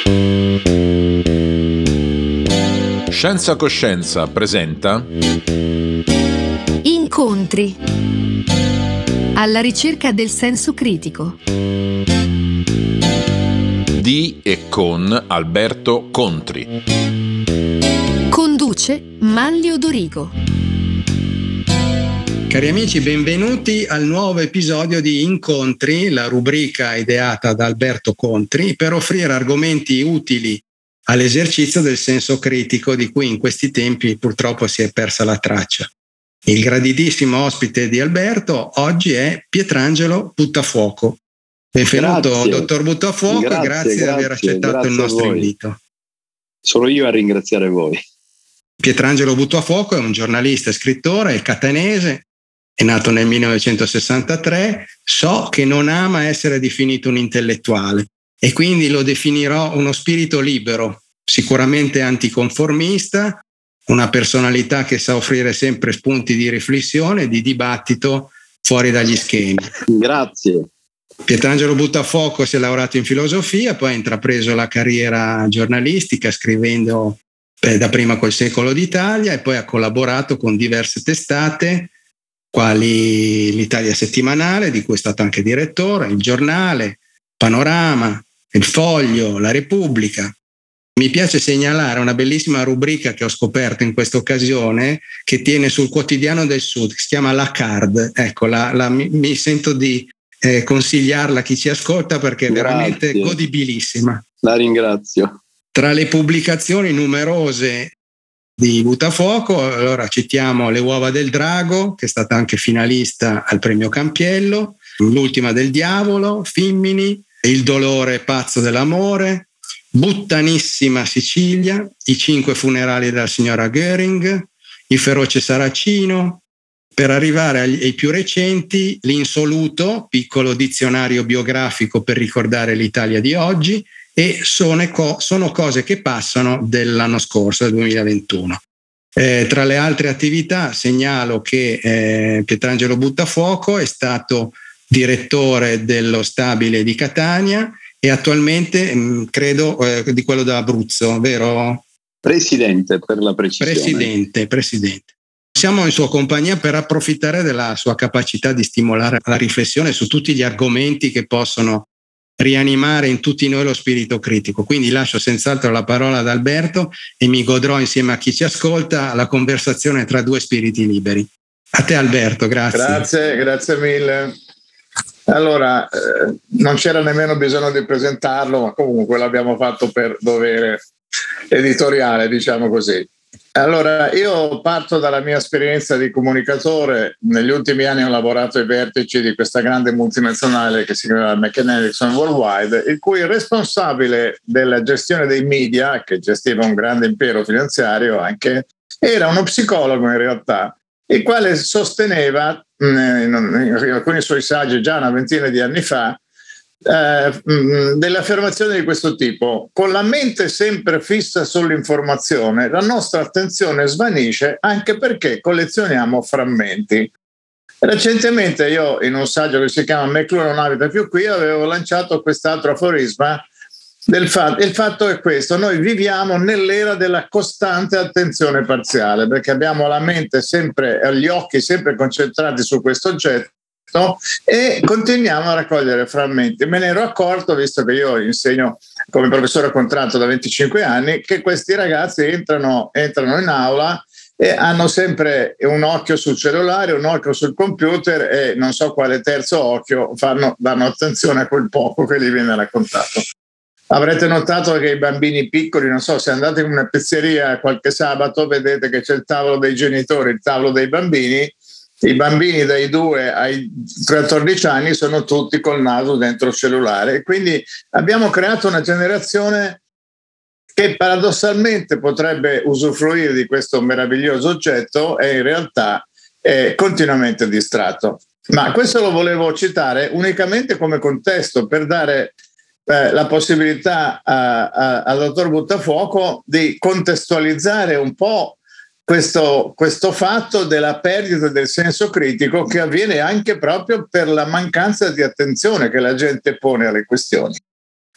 Scienza Coscienza presenta Incontri alla ricerca del senso critico di e con Alberto Contri. Conduce Manlio Dorigo. Cari amici, benvenuti al nuovo episodio di Incontri, la rubrica ideata da Alberto Contri per offrire argomenti utili all'esercizio del senso critico di cui in questi tempi purtroppo si è persa la traccia. Il graditissimo ospite di Alberto oggi è Pietrangelo Buttafuoco. Benvenuto, Grazie. dottor Buttafuoco, grazie di aver accettato il nostro invito. Sono io a ringraziare voi. Pietrangelo Buttafuoco è un giornalista e scrittore, è catanese, è nato nel 1963, so che non ama essere definito un intellettuale e quindi lo definirò uno spirito libero, sicuramente anticonformista, una personalità che sa offrire sempre spunti di riflessione e di dibattito fuori dagli schemi. Grazie. Pietrangelo Buttafuoco si è laureato in filosofia, poi ha intrapreso la carriera giornalistica scrivendo dapprima col Secolo d'Italia e poi ha collaborato con diverse testate quali l'Italia Settimanale, di cui è stato anche direttore, il Giornale, Panorama, il Foglio, la Repubblica. Mi piace segnalare una bellissima rubrica che ho scoperto in questa occasione che tiene sul Quotidiano del Sud, che si chiama La Card. Ecco, mi sento di consigliarla a chi ci ascolta perché è veramente godibilissima. La ringrazio. Tra le pubblicazioni numerose di Buttafuoco, allora citiamo Le uova del drago, che è stata anche finalista al premio Campiello, L'ultima del diavolo, Femmini, Il dolore pazzo dell'amore, Buttanissima Sicilia, I 5 funerali della signora Göring, Il feroce saracino, per arrivare ai più recenti, L'insoluto, piccolo dizionario biografico per ricordare l'Italia di oggi, e sono cose che passano dell'anno scorso, del 2021. Tra le altre attività segnalo che Pietrangelo Buttafuoco è stato direttore dello Stabile di Catania e attualmente credo di quello d'Abruzzo, vero? Presidente, per la precisione. Presidente. Siamo in sua compagnia per approfittare della sua capacità di stimolare la riflessione su tutti gli argomenti che possono rianimare in tutti noi lo spirito critico. Quindi lascio senz'altro la parola ad Alberto e mi godrò insieme a chi ci ascolta la conversazione tra due spiriti liberi. A te Alberto, grazie. Grazie mille. Allora, non c'era nemmeno bisogno di presentarlo, ma comunque l'abbiamo fatto per dovere editoriale, diciamo così. Allora, io parto dalla mia esperienza di comunicatore. Negli ultimi anni ho lavorato ai vertici di questa grande multinazionale che si chiama McKinsey & Erickson Worldwide, il cui responsabile della gestione dei media, che gestiva un grande impero finanziario anche, era uno psicologo in realtà, il quale sosteneva in alcuni suoi saggi già una ventina di anni fa delle affermazioni di questo tipo: con la mente sempre fissa sull'informazione la nostra attenzione svanisce anche perché collezioniamo frammenti. Recentemente io in un saggio che si chiama McClure non abita più qui avevo lanciato quest'altro aforisma il fatto è questo: noi viviamo nell'era della costante attenzione parziale perché abbiamo la mente sempre, gli occhi sempre concentrati su questo oggetto e continuiamo a raccogliere frammenti. Me ne ero accorto, visto che io insegno come professore a contratto da 25 anni, che questi ragazzi entrano in aula e hanno sempre un occhio sul cellulare, un occhio sul computer e non so quale terzo occhio danno attenzione a quel poco che gli viene raccontato. Avrete notato che i bambini piccoli, non so, se andate in una pizzeria qualche sabato, vedete che c'è il tavolo dei genitori, il tavolo dei bambini. I bambini dai 2 ai 14 anni sono tutti col naso dentro il cellulare e quindi abbiamo creato una generazione che paradossalmente potrebbe usufruire di questo meraviglioso oggetto e in realtà è continuamente distratto. Ma questo lo volevo citare unicamente come contesto per dare la possibilità al dottor Buttafuoco di contestualizzare un po' questo fatto della perdita del senso critico che avviene anche proprio per la mancanza di attenzione che la gente pone alle questioni.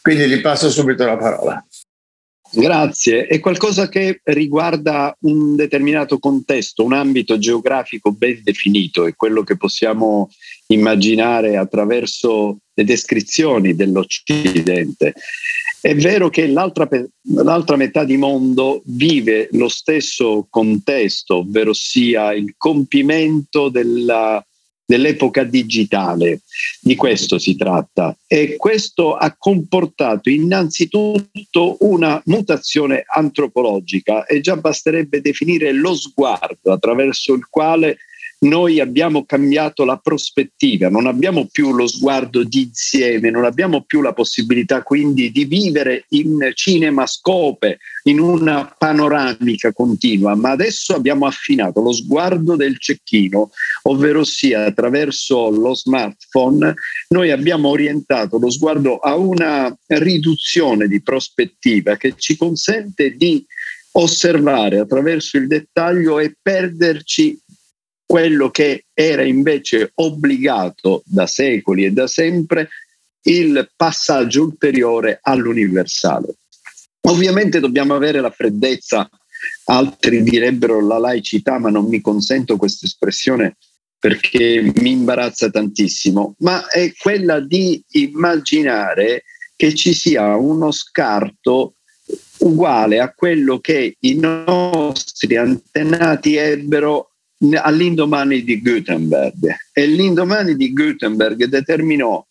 Quindi gli passo subito la parola. Grazie. È qualcosa che riguarda un determinato contesto, un ambito geografico ben definito, è quello che possiamo immaginare attraverso le descrizioni dell'Occidente. È vero che l'altra metà di mondo vive lo stesso contesto, ovvero sia il compimento dell'epoca digitale. Di questo si tratta, e questo ha comportato innanzitutto una mutazione antropologica, e già basterebbe definire lo sguardo attraverso il quale noi abbiamo cambiato la prospettiva, non abbiamo più lo sguardo d'insieme, non abbiamo più la possibilità quindi di vivere in cinemascope, in una panoramica continua, ma adesso abbiamo affinato lo sguardo del cecchino, ovvero sia attraverso lo smartphone noi abbiamo orientato lo sguardo a una riduzione di prospettiva che ci consente di osservare attraverso il dettaglio e perderci quello che era invece obbligato da secoli e da sempre, il passaggio ulteriore all'universale. Ovviamente dobbiamo avere la freddezza, altri direbbero la laicità, ma non mi consento questa espressione perché mi imbarazza tantissimo, ma è quella di immaginare che ci sia uno scarto uguale a quello che i nostri antenati ebbero all'indomani di Gutenberg, e l'indomani di Gutenberg determinò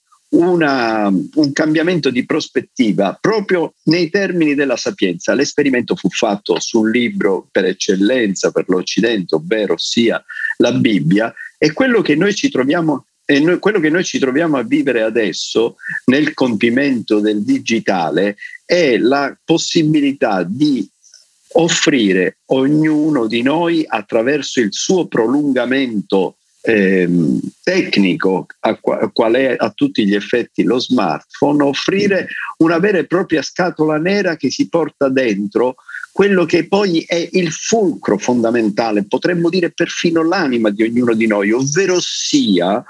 un cambiamento di prospettiva proprio nei termini della sapienza. L'esperimento fu fatto sul libro per eccellenza per l'Occidente, ovvero sia la Bibbia, e quello che noi ci troviamo a vivere adesso nel compimento del digitale è la possibilità di offrire ognuno di noi, attraverso il suo prolungamento tecnico, qual è a tutti gli effetti lo smartphone, offrire una vera e propria scatola nera che si porta dentro quello che poi è il fulcro fondamentale, potremmo dire perfino l'anima di ognuno di noi, ovvero sia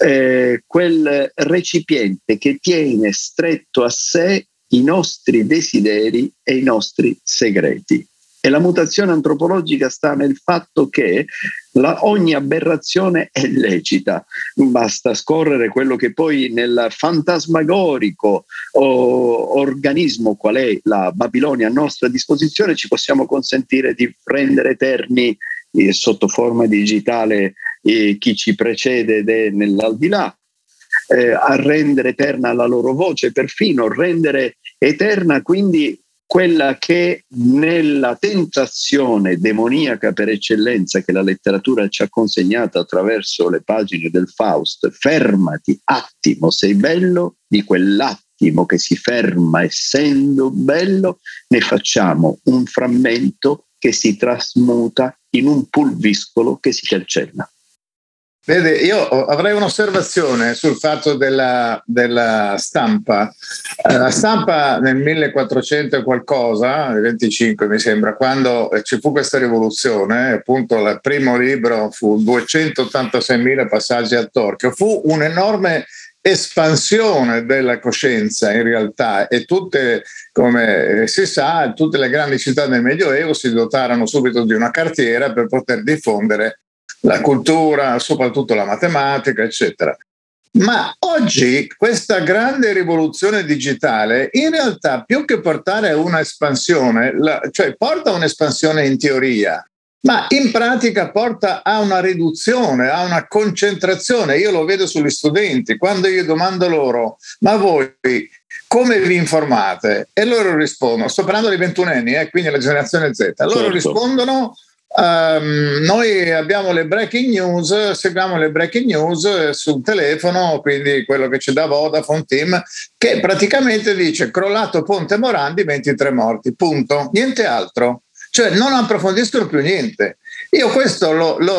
quel recipiente che tiene stretto a sé i nostri desideri e i nostri segreti. E la mutazione antropologica sta nel fatto che ogni aberrazione è lecita. Basta scorrere quello che poi nel fantasmagorico organismo qual è la Babilonia a nostra disposizione ci possiamo consentire di rendere eterni sotto forma digitale chi ci precede ed è nell'aldilà, a rendere eterna la loro voce, perfino rendere eterna quindi quella che nella tentazione demoniaca per eccellenza che la letteratura ci ha consegnato attraverso le pagine del Faust, fermati, attimo, sei bello, di quell'attimo che si ferma essendo bello, ne facciamo un frammento che si trasmuta in un pulviscolo che si cancella. Vede, io avrei un'osservazione sul fatto della stampa. La stampa nel 1400 e qualcosa, nel 25 mi sembra, quando ci fu questa rivoluzione, appunto il primo libro fu 286.000 passaggi al torchio, fu un'enorme espansione della coscienza in realtà, e tutte, come si sa, tutte le grandi città del Medioevo si dotarono subito di una cartiera per poter diffondere la cultura, soprattutto la matematica, eccetera. Ma oggi questa grande rivoluzione digitale in realtà, più che portare a una espansione, cioè porta a un'espansione in teoria, ma in pratica porta a una riduzione, a una concentrazione. Io lo vedo sugli studenti, quando io domando loro: ma voi come vi informate? E loro rispondono, sto parlando dei 21enni, quindi la generazione Z, loro rispondono: noi abbiamo le breaking news, seguiamo le breaking news sul telefono, quindi quello che ci dà Vodafone, TIM, che praticamente dice crollato Ponte Morandi, 23 morti, punto, niente altro, cioè non approfondiscono più niente. Io questo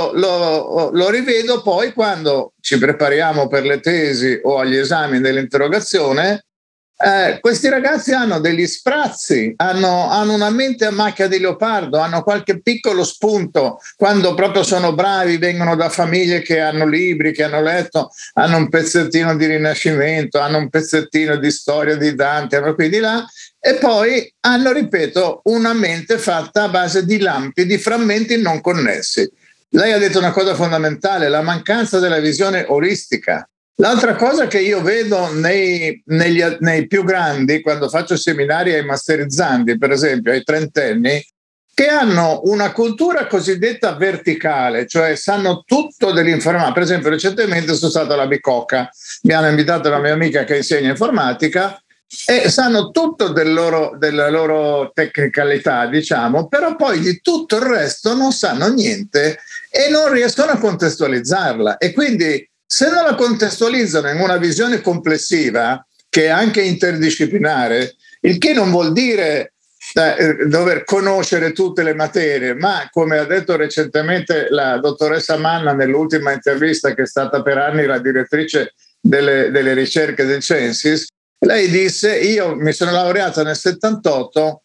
lo rivedo poi quando ci prepariamo per le tesi o agli esami dell'interrogazione, questi ragazzi hanno degli sprazzi, hanno una mente a macchia di leopardo, hanno qualche piccolo spunto quando proprio sono bravi, vengono da famiglie che hanno libri, che hanno letto, hanno un pezzettino di Rinascimento, hanno un pezzettino di storia di Dante, hanno qui di là, e poi hanno, ripeto, una mente fatta a base di lampi, di frammenti non connessi. Lei ha detto una cosa fondamentale, la mancanza della visione olistica. L'altra cosa che io vedo nei più grandi, quando faccio seminari ai masterizzanti, per esempio ai trentenni, che hanno una cultura cosiddetta verticale, cioè sanno tutto dell'informatica. Per esempio, recentemente sono stato alla Bicocca, mi hanno invitato la mia amica che insegna informatica, e sanno tutto della loro tecnicalità, diciamo, però poi di tutto il resto non sanno niente e non riescono a contestualizzarla. E quindi, se non la contestualizzano in una visione complessiva, che è anche interdisciplinare, il che non vuol dire dover conoscere tutte le materie, ma come ha detto recentemente la dottoressa Manna nell'ultima intervista, che è stata per anni la direttrice delle ricerche del Censis, lei disse: io mi sono laureata nel 78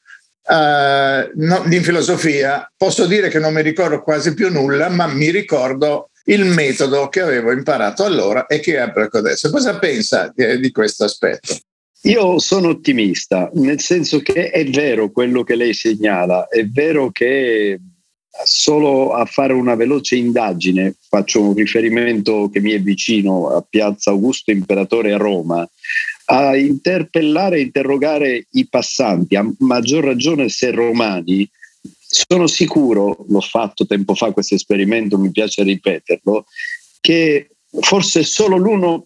in filosofia, posso dire che non mi ricordo quasi più nulla, ma mi ricordo il metodo che avevo imparato allora e che applico adesso. Cosa pensa di questo aspetto? Io sono ottimista, nel senso che è vero quello che lei segnala, è vero che solo a fare una veloce indagine, faccio un riferimento che mi è vicino, a Piazza Augusto Imperatore a Roma, a interpellare e interrogare i passanti, a maggior ragione se romani. Sono sicuro, l'ho fatto tempo fa questo esperimento, mi piace ripeterlo, che forse solo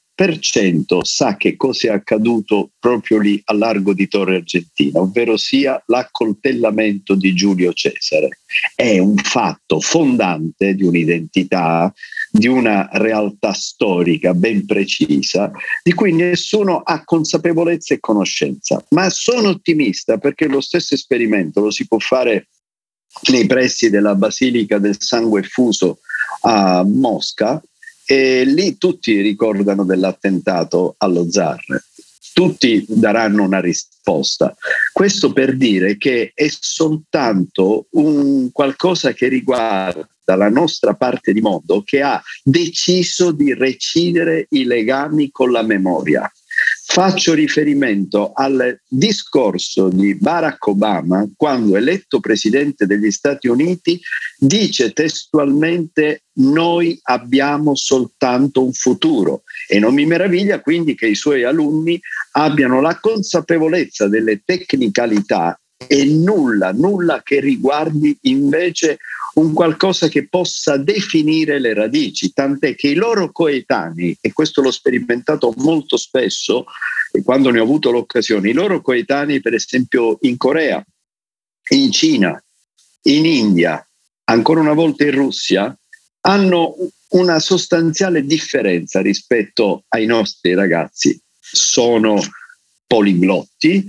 l'1% sa che cosa è accaduto proprio lì a largo di Torre Argentina, ovvero sia l'accoltellamento di Giulio Cesare. È un fatto fondante di un'identità, di una realtà storica ben precisa, di cui nessuno ha consapevolezza e conoscenza. Ma sono ottimista perché lo stesso esperimento lo si può fare nei pressi della Basilica del Sangue Effuso a Mosca, e lì tutti ricordano dell'attentato allo zar, tutti daranno una risposta. Questo per dire che è soltanto un qualcosa che riguarda la nostra parte di mondo, che ha deciso di recidere i legami con la memoria. Faccio riferimento al discorso di Barack Obama quando, eletto presidente degli Stati Uniti, dice testualmente: noi abbiamo soltanto un futuro. E non mi meraviglia quindi che i suoi alunni abbiano la consapevolezza delle tecnicalità e nulla che riguardi invece un qualcosa che possa definire le radici, tant'è che i loro coetanei, e questo l'ho sperimentato molto spesso quando ne ho avuto l'occasione, i loro coetanei per esempio in Corea, in Cina, in India, ancora una volta in Russia, hanno una sostanziale differenza rispetto ai nostri ragazzi. Sono poliglotti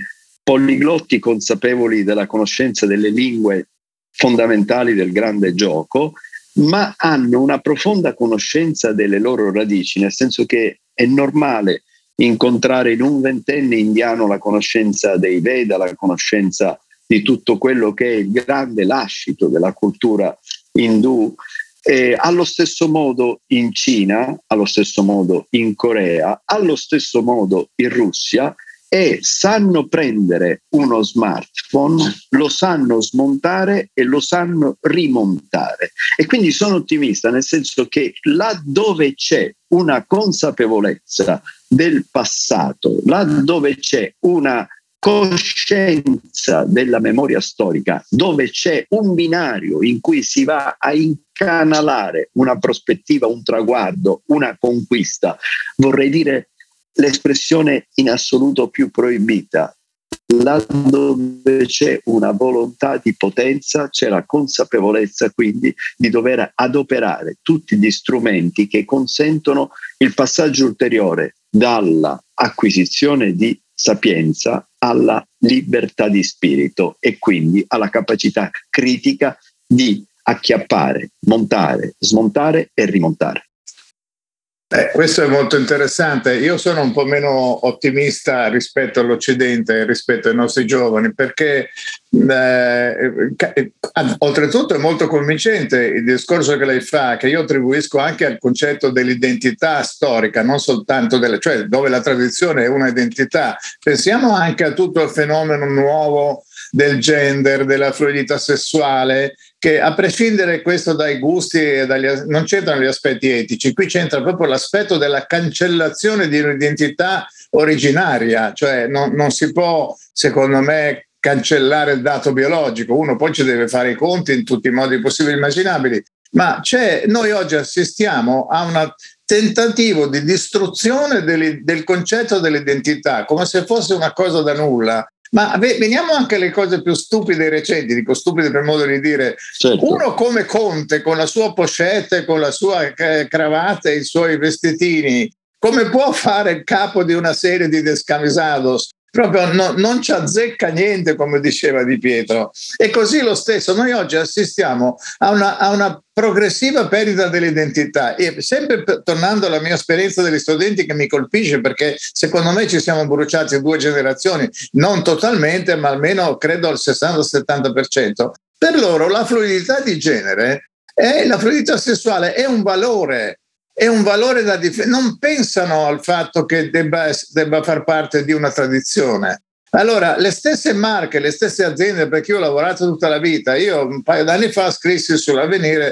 consapevoli della conoscenza delle lingue fondamentali del grande gioco, ma hanno una profonda conoscenza delle loro radici, nel senso che è normale incontrare in un ventenne indiano la conoscenza dei Veda, la conoscenza di tutto quello che è il grande lascito della cultura indù, allo stesso modo in Cina, allo stesso modo in Corea, allo stesso modo in Russia, e sanno prendere uno smartphone, lo sanno smontare e lo sanno rimontare. E quindi sono ottimista, nel senso che laddove c'è una consapevolezza del passato, laddove c'è una coscienza della memoria storica, dove c'è un binario in cui si va a incanalare una prospettiva, un traguardo, una conquista, vorrei dire l'espressione in assoluto più proibita, là dove c'è una volontà di potenza, c'è la consapevolezza quindi di dover adoperare tutti gli strumenti che consentono il passaggio ulteriore dalla acquisizione di sapienza alla libertà di spirito e quindi alla capacità critica di acchiappare, montare, smontare e rimontare. Questo è molto interessante. Io sono un po' meno ottimista rispetto all'Occidente, rispetto ai nostri giovani, perché oltretutto è molto convincente il discorso che lei fa, che io attribuisco anche al concetto dell'identità storica, non soltanto cioè dove la tradizione è una identità. Pensiamo anche a tutto il fenomeno nuovo del gender, della fluidità sessuale, che a prescindere questo dai gusti e non c'entrano gli aspetti etici, qui c'entra proprio l'aspetto della cancellazione di un'identità originaria, cioè non si può, secondo me, cancellare il dato biologico, uno poi ci deve fare i conti in tutti i modi possibili e immaginabili, ma noi oggi assistiamo a un tentativo di distruzione del concetto dell'identità, come se fosse una cosa da nulla. Ma veniamo anche alle cose più stupide e recenti, dico stupide per modo di dire. Certo. Uno come Conte, con la sua pochette, con la sua cravatta e i suoi vestitini, come può fare il capo di una serie di descamisados? Proprio non ci azzecca niente, come diceva Di Pietro. E così lo stesso, noi oggi assistiamo a una progressiva perdita dell'identità, e sempre tornando alla mia esperienza degli studenti, che mi colpisce, perché secondo me ci siamo bruciati 2 generazioni, non totalmente, ma almeno credo al 60-70%. Per loro la fluidità di genere, la fluidità sessuale è un valore da difendere. Non pensano al fatto che debba far parte di una tradizione. Allora, le stesse marche, le stesse aziende, perché io ho lavorato tutta la vita, io un paio d'anni fa scrissi sull'Avvenire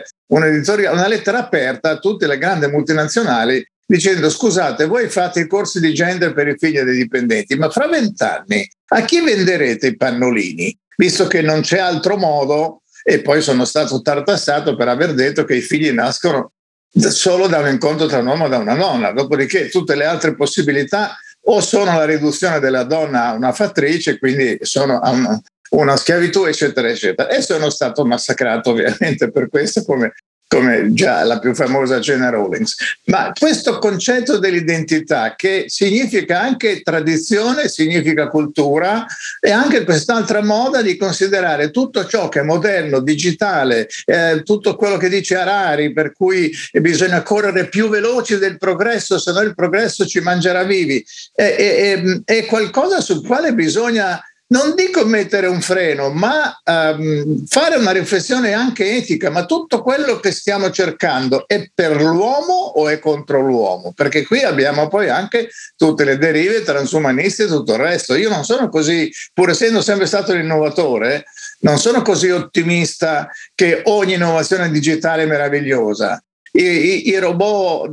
una lettera aperta a tutte le grandi multinazionali dicendo: scusate, voi fate i corsi di gender per i figli dei dipendenti, ma fra 20 anni a chi venderete i pannolini? Visto che non c'è altro modo. E poi sono stato tartassato per aver detto che i figli nascono solo da un incontro tra un uomo e da una donna, dopodiché tutte le altre possibilità o sono la riduzione della donna a una fattrice, quindi sono a una schiavitù, eccetera eccetera, e sono stato massacrato ovviamente per questo, come già la più famosa Gena Rowlands. Ma questo concetto dell'identità, che significa anche tradizione, significa cultura, e anche quest'altra moda di considerare tutto ciò che è moderno, digitale, tutto quello che dice Harari, per cui bisogna correre più veloci del progresso, se no il progresso ci mangerà vivi, è qualcosa sul quale bisogna, non dico mettere un freno, ma fare una riflessione anche etica. Ma tutto quello che stiamo cercando è per l'uomo o è contro l'uomo? Perché qui abbiamo poi anche tutte le derive transumaniste e tutto il resto. Io non sono così, pur essendo sempre stato l'innovatore, non sono così ottimista che ogni innovazione digitale è meravigliosa. I robot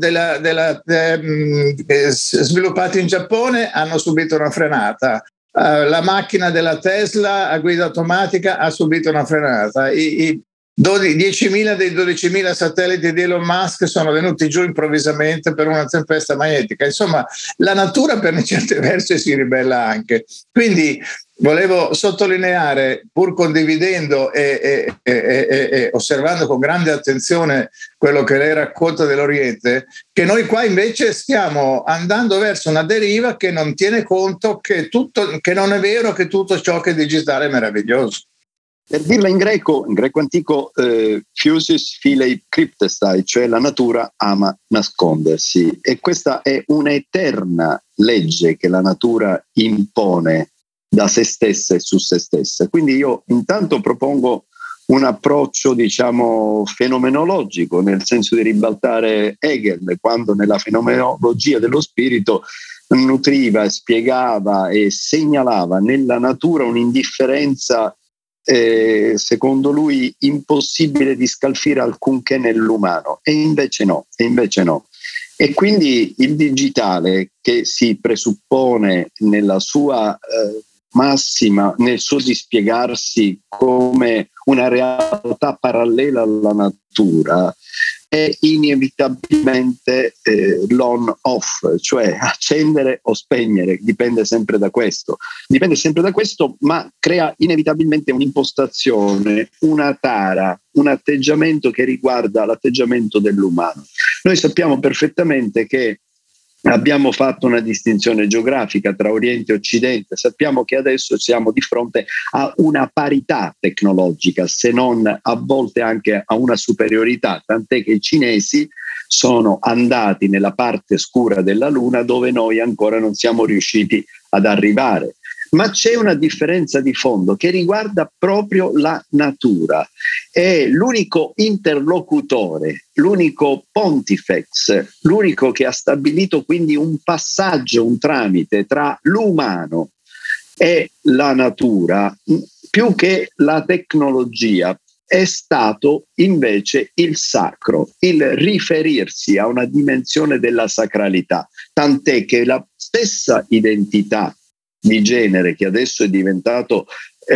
sviluppati in Giappone hanno subito una frenata. La macchina della Tesla a guida automatica ha subito una frenata. 10.000 dei 12.000 satelliti di Elon Musk sono venuti giù improvvisamente per una tempesta magnetica. Insomma, la natura per certi versi si ribella anche. Quindi volevo sottolineare, pur condividendo e osservando con grande attenzione quello che lei racconta dell'Oriente, che noi qua invece stiamo andando verso una deriva che non tiene conto che non è vero che tutto ciò che è digitale è meraviglioso. Per dirla in greco antico, physis philei cryptestai, cioè la natura ama nascondersi, e questa è un'eterna legge che la natura impone da se stessa e su se stessa. Quindi io intanto propongo un approccio, diciamo, fenomenologico, nel senso di ribaltare Hegel, quando nella fenomenologia dello spirito nutriva, spiegava e segnalava nella natura un'indifferenza secondo lui impossibile di scalfire alcunché nell'umano, e invece no. E quindi il digitale, che si presuppone nella sua massima, nel suo dispiegarsi come una realtà parallela alla natura, è inevitabilmente l'on-off, cioè accendere o spegnere, dipende sempre da questo, ma crea inevitabilmente un'impostazione, una tara, un atteggiamento che riguarda l'atteggiamento dell'umano. Noi sappiamo perfettamente che abbiamo fatto una distinzione geografica tra Oriente e Occidente, sappiamo che adesso siamo di fronte a una parità tecnologica, se non a volte anche a una superiorità, tant'è che i cinesi sono andati nella parte scura della Luna dove noi ancora non siamo riusciti ad arrivare. Ma c'è una differenza di fondo che riguarda proprio la natura. È l'unico interlocutore, l'unico pontifex, l'unico che ha stabilito quindi un passaggio, un tramite tra l'umano e la natura, più che la tecnologia. È stato invece il sacro, il riferirsi a una dimensione della sacralità, tant'è che la stessa identità di genere, che adesso è diventato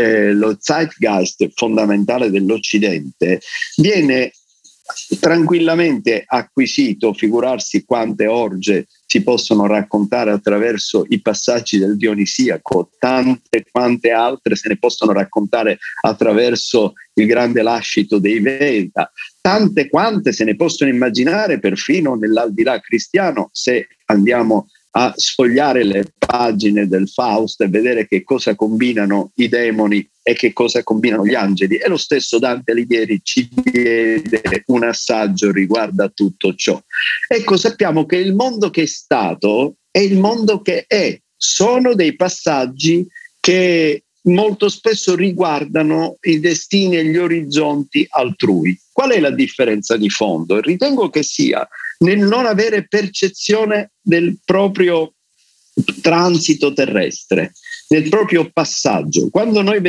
lo zeitgeist fondamentale dell'Occidente, viene tranquillamente acquisito. Figurarsi quante orge si possono raccontare attraverso i passaggi del Dionisiaco, tante quante altre se ne possono raccontare attraverso il grande lascito dei Veda, tante quante se ne possono immaginare perfino nell'aldilà cristiano, se andiamo a sfogliare le pagine del Faust e vedere che cosa combinano i demoni e che cosa combinano gli angeli. E lo stesso Dante Alighieri ci diede un assaggio riguardo a tutto ciò. Ecco, sappiamo che il mondo che è stato e il mondo che è sono dei passaggi che molto spesso riguardano i destini e gli orizzonti altrui. Qual è la differenza di fondo? Ritengo che sia nel non avere percezione del proprio transito terrestre, del proprio passaggio. Quando noi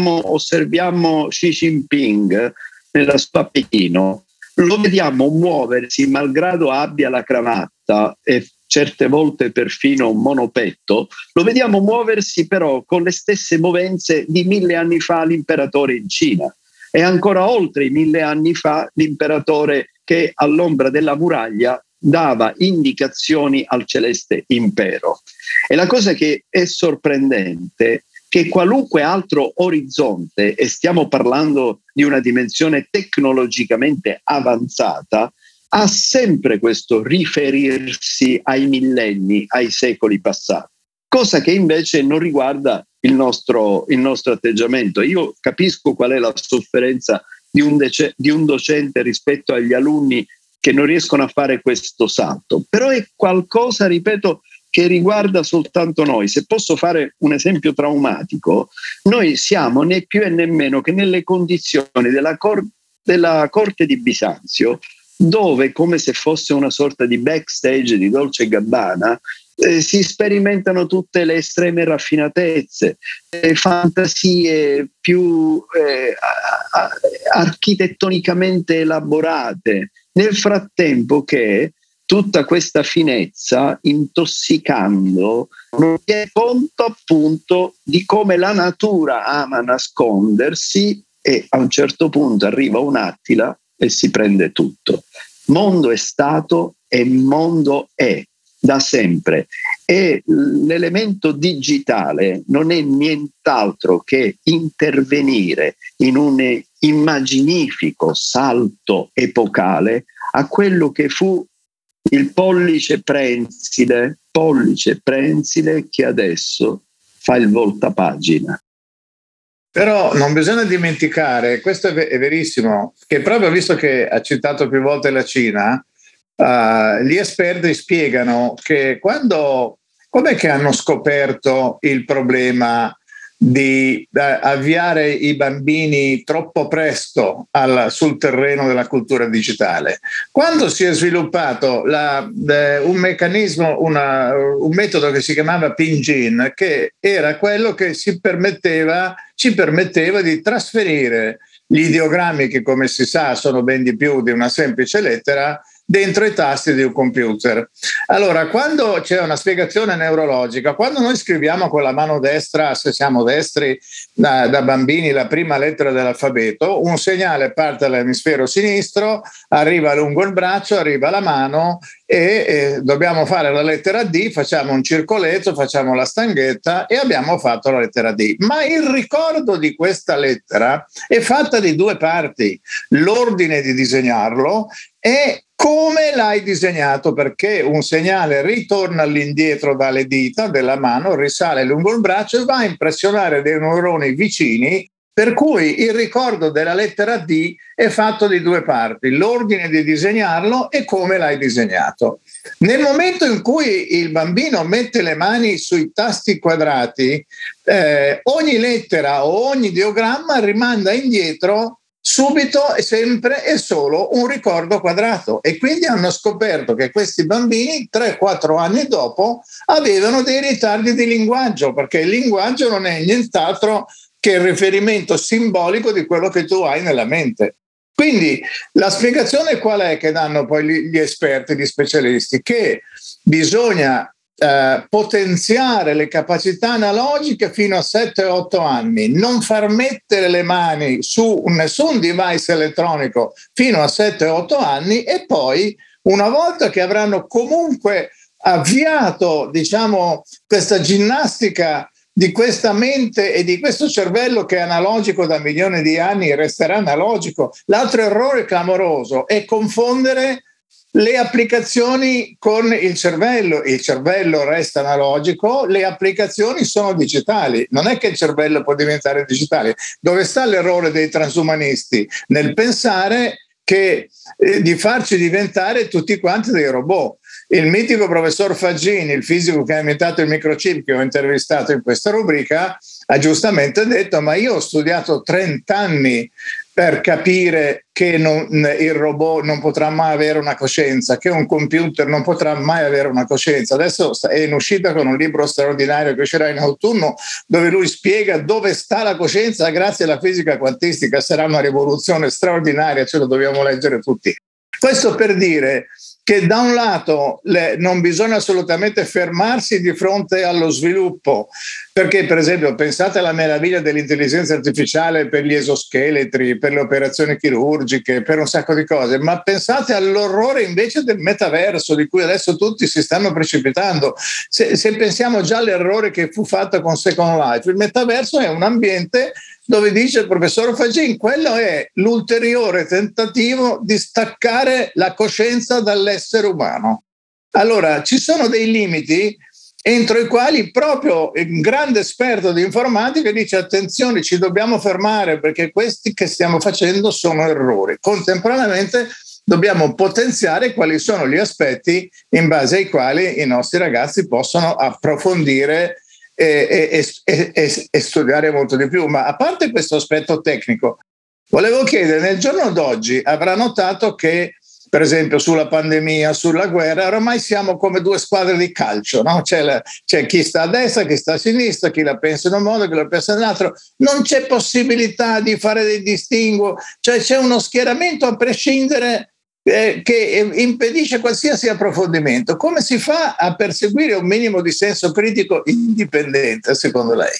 osserviamo Xi Jinping nella sua Pechino, lo vediamo muoversi, malgrado abbia la cravatta e certe volte perfino un monopetto, lo vediamo muoversi però con le stesse movenze di 1000 anni fa l'imperatore in Cina e ancora oltre i 1000 anni fa l'imperatore che all'ombra della muraglia dava indicazioni al celeste impero. E la cosa che è sorprendente è che qualunque altro orizzonte, e stiamo parlando di una dimensione tecnologicamente avanzata, ha sempre questo riferirsi ai millenni, ai secoli passati, cosa che invece non riguarda il nostro atteggiamento. Io capisco qual è la sofferenza di un docente rispetto agli alunni che non riescono a fare questo salto, però è qualcosa, ripeto, che riguarda soltanto noi. Se posso fare un esempio traumatico, noi siamo né più e né meno che nelle condizioni della corte di Bisanzio, dove, come se fosse una sorta di backstage di Dolce & Gabbana, si sperimentano tutte le estreme raffinatezze, fantasie più architettonicamente elaborate, nel frattempo che tutta questa finezza, intossicando, non tiene conto appunto di come la natura ama nascondersi e a un certo punto arriva un Attila e si prende tutto. Mondo è stato e mondo è da sempre, e l'elemento digitale non è nient'altro che intervenire in un immaginifico salto epocale a quello che fu il pollice prensile che adesso fa il voltapagina. Però non bisogna dimenticare, questo è verissimo, che proprio visto che ha citato più volte la Cina, gli esperti spiegano che com'è che hanno scoperto il problema di avviare i bambini troppo presto sul terreno della cultura digitale? Quando si è sviluppato un meccanismo, un metodo che si chiamava Pinyin, che era quello che ci permetteva di trasferire gli ideogrammi, che come si sa sono ben di più di una semplice lettera, dentro i tasti di un computer. Allora, quando c'è una spiegazione neurologica, quando noi scriviamo con la mano destra, se siamo destri da bambini, la prima lettera dell'alfabeto, un segnale parte dall'emisfero sinistro, arriva lungo il braccio, arriva la mano e dobbiamo fare la lettera D, facciamo un circoletto, facciamo la stanghetta e abbiamo fatto la lettera D. Ma il ricordo di questa lettera è fatta di due parti: l'ordine di disegnarlo e come l'hai disegnato, perché un segnale ritorna all'indietro dalle dita della mano, risale lungo il braccio e va a impressionare dei neuroni vicini Per cui il ricordo della lettera D è fatto di due parti: l'ordine di disegnarlo e come l'hai disegnato. Nel momento in cui il bambino mette le mani sui tasti quadrati, ogni lettera o ogni ideogramma rimanda indietro subito e sempre e solo un ricordo quadrato, e quindi hanno scoperto che questi bambini 3-4 anni dopo avevano dei ritardi di linguaggio, perché il linguaggio non è nient'altro che il riferimento simbolico di quello che tu hai nella mente. Quindi la spiegazione qual è che danno poi gli esperti, gli specialisti? Che bisogna potenziare le capacità analogiche fino a 7-8 anni, non far mettere le mani su nessun device elettronico fino a 7-8 anni, e poi una volta che avranno comunque avviato, diciamo, questa ginnastica di questa mente e di questo cervello che è analogico da milioni di anni, resterà analogico. L'altro errore clamoroso è confondere le applicazioni con il cervello. Il cervello resta analogico, le applicazioni sono digitali. Non è che il cervello può diventare digitale. Dove sta l'errore dei transumanisti? Nel pensare che di farci diventare tutti quanti dei robot. Il mitico professor Faggini, il fisico che ha inventato il microchip, che ho intervistato in questa rubrica, ha giustamente detto: ma io ho studiato 30 anni per capire che il robot non potrà mai avere una coscienza, che un computer non potrà mai avere una coscienza. Adesso è in uscita con un libro straordinario che uscirà in autunno, dove lui spiega dove sta la coscienza grazie alla fisica quantistica. Sarà una rivoluzione straordinaria, ce lo dobbiamo leggere tutti. Questo per dire che da un lato non bisogna assolutamente fermarsi di fronte allo sviluppo, perché per esempio pensate alla meraviglia dell'intelligenza artificiale per gli esoscheletri, per le operazioni chirurgiche, per un sacco di cose, ma pensate all'orrore invece del metaverso, di cui adesso tutti si stanno precipitando. Se pensiamo già all'errore che fu fatto con Second Life, il metaverso è un ambiente dove, dice il professor Faggin, quello è l'ulteriore tentativo di staccare la coscienza dall'essere umano. Allora, ci sono dei limiti entro i quali proprio un grande esperto di informatica dice: attenzione, ci dobbiamo fermare perché questi che stiamo facendo sono errori. Contemporaneamente dobbiamo potenziare quali sono gli aspetti in base ai quali i nostri ragazzi possono approfondire e studiare molto di più. Ma a parte questo aspetto tecnico, volevo chiedere, nel giorno d'oggi avrà notato che per esempio sulla pandemia, sulla guerra, ormai siamo come due squadre di calcio, no? C'è chi sta a destra, chi sta a sinistra, chi la pensa in un modo, chi la pensa nell'altro. Non c'è possibilità di fare dei distinguo, cioè c'è uno schieramento a prescindere che impedisce qualsiasi approfondimento. Come si fa a perseguire un minimo di senso critico indipendente, secondo lei?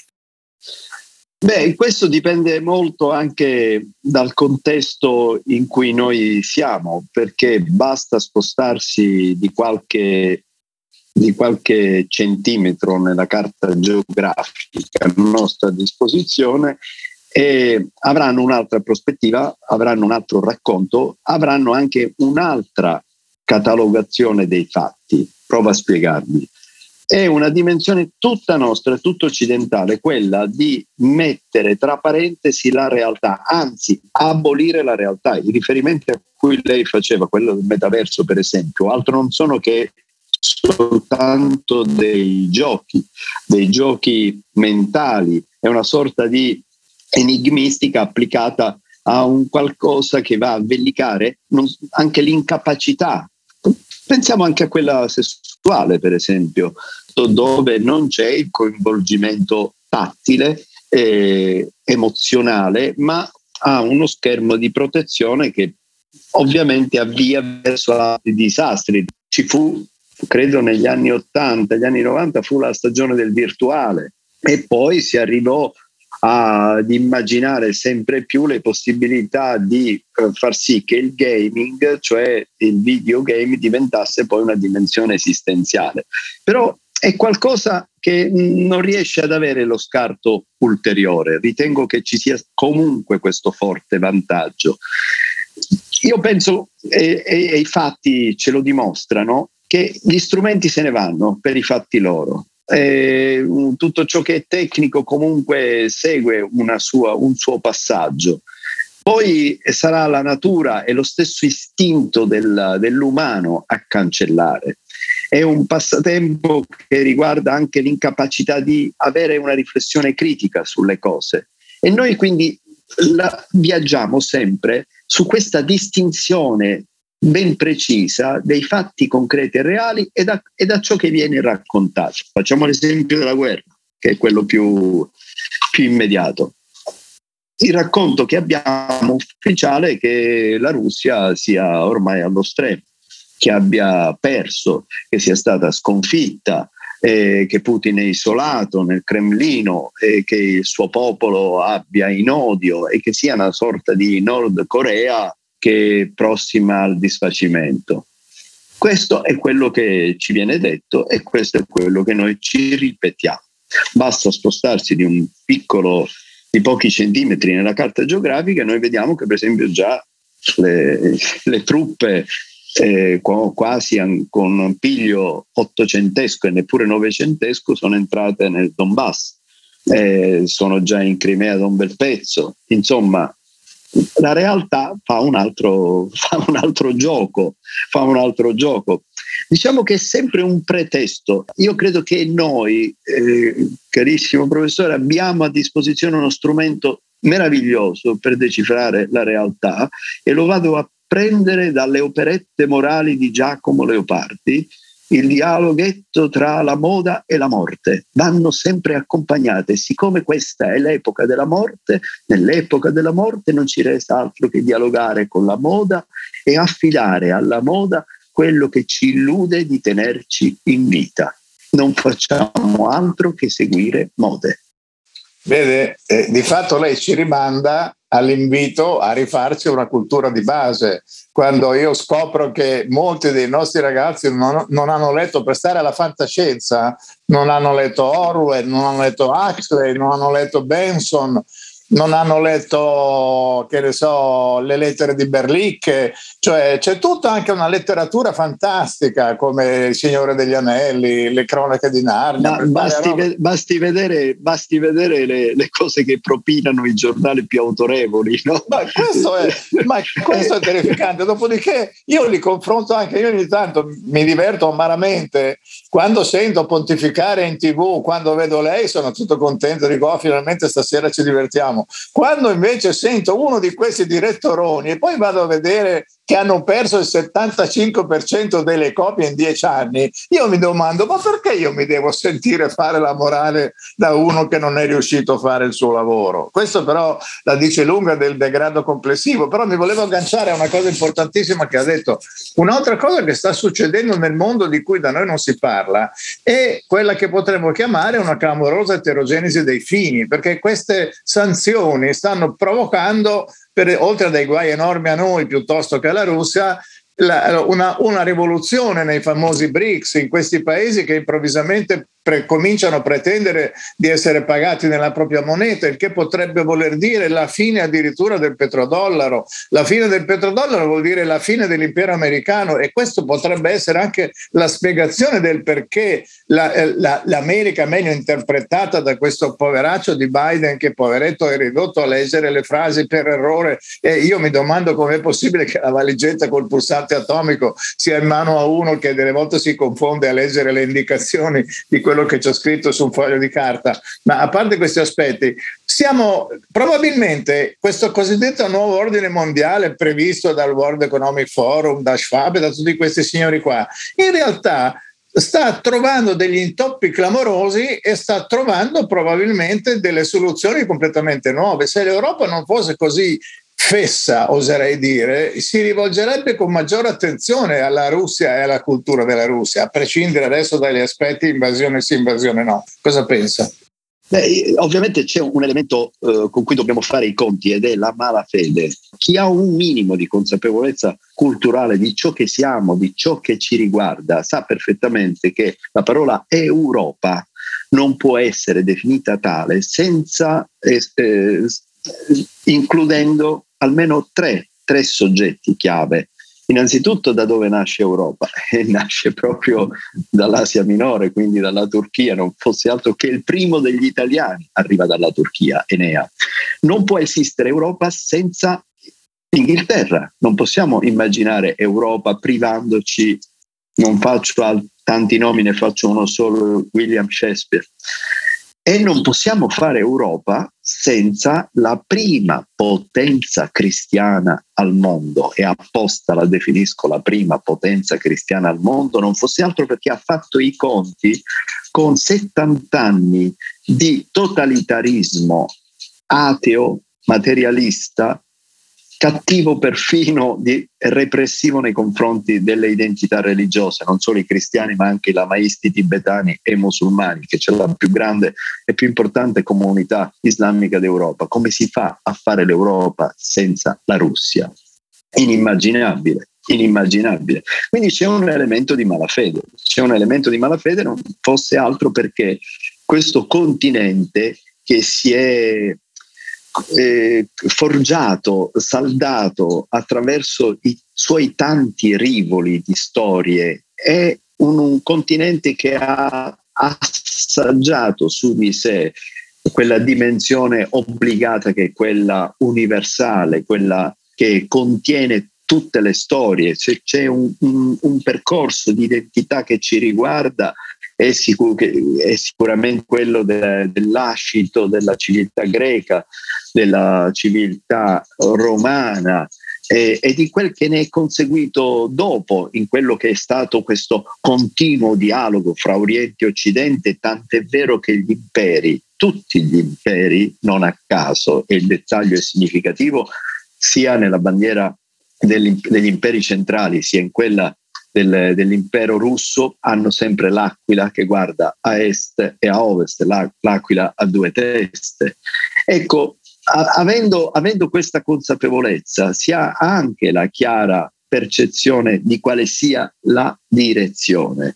Beh, questo dipende molto anche dal contesto in cui noi siamo, perché basta spostarsi di qualche centimetro nella carta geografica a nostra disposizione e avranno un'altra prospettiva, avranno un altro racconto, avranno anche un'altra catalogazione dei fatti. Provo a spiegarmi. È una dimensione tutta nostra, tutta occidentale, quella di mettere tra parentesi la realtà, anzi abolire la realtà. I riferimenti a cui lei faceva, quello del metaverso per esempio, altro non sono che soltanto dei giochi mentali, è una sorta di enigmistica applicata a un qualcosa che va a vellicare anche l'incapacità. Pensiamo anche a quella sessuale, per esempio, dove non c'è il coinvolgimento tattile, emozionale, ma ha uno schermo di protezione che ovviamente avvia verso altri disastri. Ci fu, credo negli anni 80, gli anni 90, fu la stagione del virtuale e poi si arrivò ad immaginare sempre più le possibilità di far sì che il gaming, cioè il videogame, diventasse poi una dimensione esistenziale. Però è qualcosa che non riesce ad avere lo scarto ulteriore. Ritengo che ci sia comunque questo forte vantaggio. Io penso, e i fatti ce lo dimostrano, che gli strumenti se ne vanno per i fatti loro. tutto ciò che è tecnico comunque segue un suo passaggio. Poi sarà la natura e lo stesso istinto dell'umano a cancellare. È un passatempo che riguarda anche l'incapacità di avere una riflessione critica sulle cose. E noi quindi viaggiamo sempre su questa distinzione ben precisa dei fatti concreti e reali e da ciò che viene raccontato. Facciamo l'esempio della guerra, che è quello più immediato. Il racconto che abbiamo ufficiale è che la Russia sia ormai allo stremo, che abbia perso, che sia stata sconfitta, che Putin è isolato nel Cremlino e che il suo popolo abbia in odio e che sia una sorta di Nord Corea che è prossima al disfacimento. Questo è quello che ci viene detto e questo è quello che noi ci ripetiamo. Basta spostarsi di pochi centimetri nella carta geografica e noi vediamo che per esempio già le truppe quasi con un piglio ottocentesco e neppure novecentesco sono entrate nel Donbass, sono già in Crimea da un bel pezzo. Insomma, la realtà fa un altro gioco. Diciamo che è sempre un pretesto. Io credo che noi, carissimo professore, abbiamo a disposizione uno strumento meraviglioso per decifrare la realtà e lo vado a prendere dalle operette morali di Giacomo Leopardi. Il dialoghetto tra la moda e la morte vanno sempre accompagnate. Siccome questa è l'epoca della morte, nell'epoca della morte non ci resta altro che dialogare con la moda e affidare alla moda quello che ci illude di tenerci in vita. Non facciamo altro che seguire mode. Vede, di fatto lei ci rimanda all'invito a rifarci una cultura di base. Quando io scopro che molti dei nostri ragazzi non hanno letto, per stare alla fantascienza, non hanno letto Orwell, non hanno letto Huxley, non hanno letto Benson, non hanno letto, che ne so, le lettere di Berlicche, cioè c'è tutta anche una letteratura fantastica come Il Signore degli Anelli, le cronache di Narnia. Basti vedere le cose che propinano i giornali più autorevoli, no? Ma questo è terrificante. Dopodiché io li confronto anche, io ogni tanto mi diverto amaramente quando sento pontificare in TV, quando vedo lei sono tutto contento, dico finalmente stasera ci divertiamo. Quando invece sento uno di questi direttoroni e poi vado a vedere che hanno perso il 75% delle copie in 10 anni, io mi domando, ma perché io mi devo sentire fare la morale da uno che non è riuscito a fare il suo lavoro? Questo però la dice lunga del degrado complessivo. Però mi volevo agganciare a una cosa importantissima che ha detto. Un'altra cosa che sta succedendo nel mondo di cui da noi non si parla è quella che potremmo chiamare una clamorosa eterogenesi dei fini, perché queste sanzioni stanno provocando, oltre a dei guai enormi a noi piuttosto che alla Russia, una rivoluzione nei famosi BRICS, in questi paesi che improvvisamente cominciano a pretendere di essere pagati nella propria moneta, il che potrebbe voler dire la fine addirittura del petrodollaro. La fine del petrodollaro vuol dire la fine dell'impero americano, e questo potrebbe essere anche la spiegazione del perché l'America meglio interpretata da questo poveraccio di Biden, che poveretto è ridotto a leggere le frasi per errore, e io mi domando com'è possibile che la valigetta col pulsante atomico sia in mano a uno che delle volte si confonde a leggere le indicazioni di quello che c'è scritto su un foglio di carta. Ma a parte questi aspetti, siamo probabilmente questo cosiddetto nuovo ordine mondiale previsto dal World Economic Forum, da Schwab e da tutti questi signori qua, in realtà sta trovando degli intoppi clamorosi e sta trovando probabilmente delle soluzioni completamente nuove. Se l'Europa non fosse così fessa, oserei dire, si rivolgerebbe con maggiore attenzione alla Russia e alla cultura della Russia, a prescindere adesso dagli aspetti invasione sì, invasione no. Cosa pensa? Beh, ovviamente c'è un elemento con cui dobbiamo fare i conti, ed è la malafede. Chi ha un minimo di consapevolezza culturale di ciò che siamo, di ciò che ci riguarda, sa perfettamente che la parola Europa non può essere definita tale senza includendo almeno tre soggetti chiave Innanzitutto da dove nasce Europa? Nasce proprio dall'Asia Minore, quindi dalla Turchia, non fosse altro che il primo degli italiani arriva dalla Turchia, Enea. Non può esistere Europa senza Inghilterra, non possiamo immaginare Europa privandoci, non faccio tanti nomi, ne faccio uno solo, William Shakespeare. E non possiamo fare Europa senza la prima potenza cristiana al mondo, e apposta la definisco la prima potenza cristiana al mondo, non fosse altro perché ha fatto i conti con 70 anni di totalitarismo ateo, materialista, cattivo perfino, repressivo nei confronti delle identità religiose, non solo i cristiani ma anche i lamaisti tibetani e musulmani, che c'è la più grande e più importante comunità islamica d'Europa. Come si fa a fare l'Europa senza la Russia? Inimmaginabile. Quindi c'è un elemento di malafede, non fosse altro perché questo continente che si è forgiato, saldato attraverso i suoi tanti rivoli di storie, è un continente che ha assaggiato su di sé quella dimensione obbligata che è quella universale, quella che contiene tutte le storie. C'è un percorso di identità che ci riguarda, è sicuramente quello dell'ascito della civiltà greca, della civiltà romana e di quel che ne è conseguito dopo, in quello che è stato questo continuo dialogo fra Oriente e Occidente, tant'è vero che gli imperi, tutti gli imperi, non a caso, e il dettaglio è significativo, sia nella bandiera degli imperi centrali sia in quella dell'impero russo, hanno sempre l'aquila che guarda a est e a ovest, l'aquila a due teste. Ecco, avendo questa consapevolezza, si ha anche la chiara percezione di quale sia la direzione.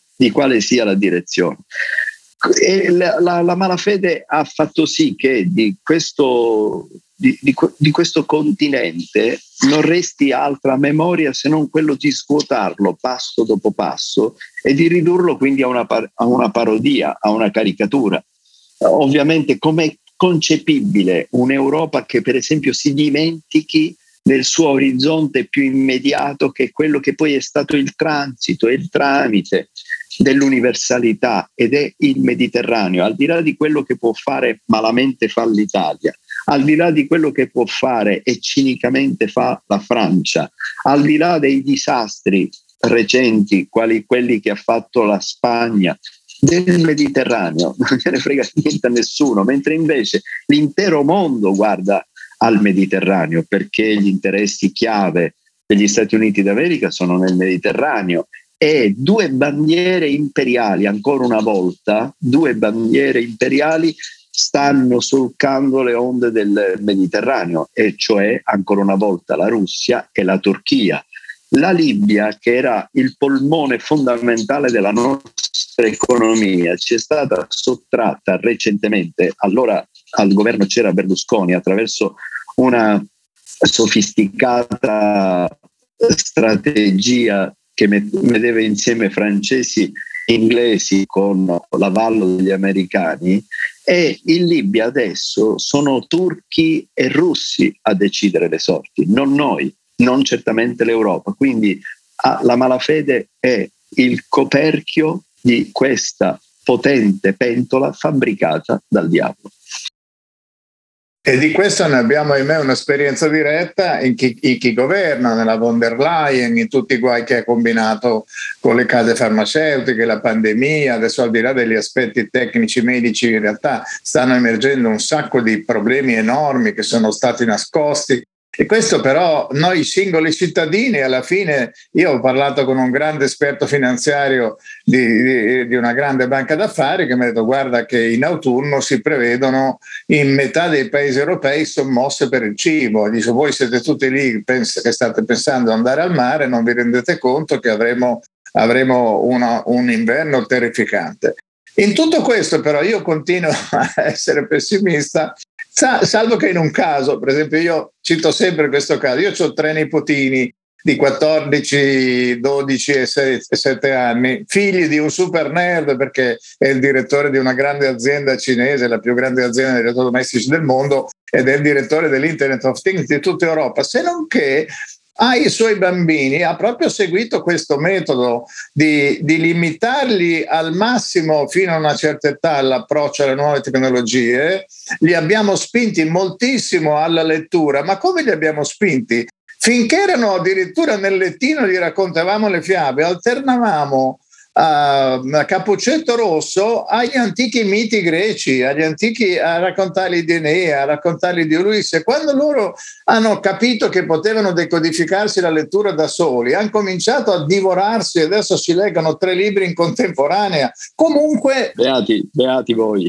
E la malafede ha fatto sì che di questo continente non resti altra memoria se non quello di svuotarlo passo dopo passo e di ridurlo quindi a una parodia, a una caricatura. Ovviamente, com'è concepibile un'Europa che per esempio si dimentichi del suo orizzonte più immediato, che è quello che poi è stato il transito e il tramite dell'universalità, ed è il Mediterraneo, al di là di quello che può fare malamente fa l'Italia, al di là di quello che può fare e cinicamente fa la Francia, al di là dei disastri recenti quali quelli che ha fatto la Spagna, del Mediterraneo non gliene frega niente a nessuno, mentre invece l'intero mondo guarda al Mediterraneo, perché gli interessi chiave degli Stati Uniti d'America sono nel Mediterraneo, e due bandiere imperiali, ancora una volta, due bandiere imperiali stanno solcando le onde del Mediterraneo, e cioè ancora una volta la Russia e la Turchia. La Libia, che era il polmone fondamentale della nostra economia, ci è stata sottratta recentemente, allora al governo c'era Berlusconi, attraverso una sofisticata strategia che metteva insieme francesi e inglesi con l'avallo degli americani, e in Libia adesso sono turchi e russi a decidere le sorti, non noi, non certamente l'Europa. Quindi la malafede è il coperchio di questa potente pentola fabbricata dal diavolo. E di questo ne abbiamo, ahimè, un'esperienza diretta in chi governa, nella von der Leyen, in tutti i guai che ha combinato con le case farmaceutiche, la pandemia. Adesso, al di là degli aspetti tecnici medici, in realtà stanno emergendo un sacco di problemi enormi che sono stati nascosti. E questo però noi singoli cittadini, alla fine, io ho parlato con un grande esperto finanziario di una grande banca d'affari che mi ha detto: guarda che in autunno si prevedono in metà dei paesi europei sommosse per il cibo. Dice: voi siete tutti lì che state pensando di andare al mare, non vi rendete conto che avremo un inverno terrificante. In tutto questo però io continuo a essere pessimista, salvo che in un caso, per esempio, io cito sempre questo caso, io ho 3 nipotini di 14, 12 e 7 anni, figli di un super nerd perché è il direttore di una grande azienda cinese, la più grande azienda di elettrodomestici del mondo, ed è il direttore dell'Internet of Things di tutta Europa, se non che ai suoi bambini ha proprio seguito questo metodo di limitarli al massimo fino a una certa età l'approccio alle nuove tecnologie. Li abbiamo spinti moltissimo alla lettura, ma come li abbiamo spinti? Finché erano addirittura nel lettino gli raccontavamo le fiabe, alternavamo a Cappuccetto Rosso agli antichi miti greci, agli antichi, a raccontargli di Enea, a raccontargli di Ulisse. Quando loro hanno capito che potevano decodificarsi la lettura da soli, hanno cominciato a divorarsi e adesso si leggono 3 libri in contemporanea. Comunque beati voi.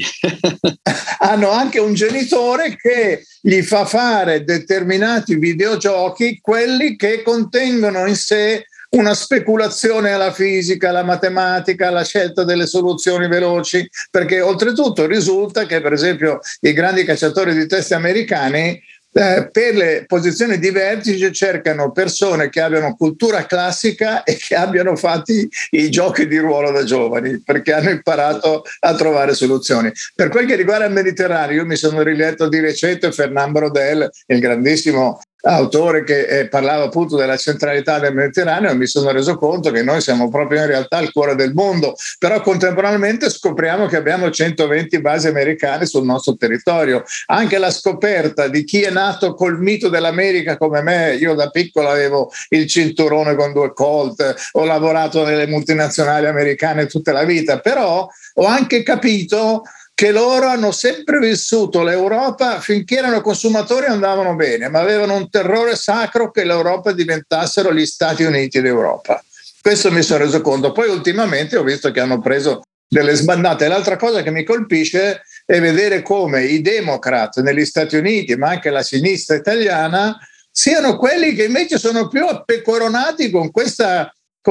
Hanno anche un genitore che gli fa fare determinati videogiochi, quelli che contengono in sé una speculazione alla fisica, alla matematica, alla scelta delle soluzioni veloci, perché oltretutto risulta che per esempio i grandi cacciatori di teste americani per le posizioni di vertice cercano persone che abbiano cultura classica e che abbiano fatti i giochi di ruolo da giovani, perché hanno imparato a trovare soluzioni. Per quel che riguarda il Mediterraneo, io mi sono riletto di recente Fernand Braudel, il grandissimo autore che parlava appunto della centralità del Mediterraneo, e mi sono reso conto che noi siamo proprio in realtà il cuore del mondo, però contemporaneamente scopriamo che abbiamo 120 basi americane sul nostro territorio. Anche la scoperta di chi è nato col mito dell'America come me, io da piccolo avevo il cinturone con 2 Colt, ho lavorato nelle multinazionali americane tutta la vita, però ho anche capito che loro hanno sempre vissuto l'Europa, finché erano consumatori andavano bene, ma avevano un terrore sacro che l'Europa diventassero gli Stati Uniti d'Europa. Questo mi sono reso conto. Poi ultimamente ho visto che hanno preso delle sbandate. L'altra cosa che mi colpisce è vedere come i Democrat negli Stati Uniti, ma anche la sinistra italiana, siano quelli che invece sono più appecoronati con questo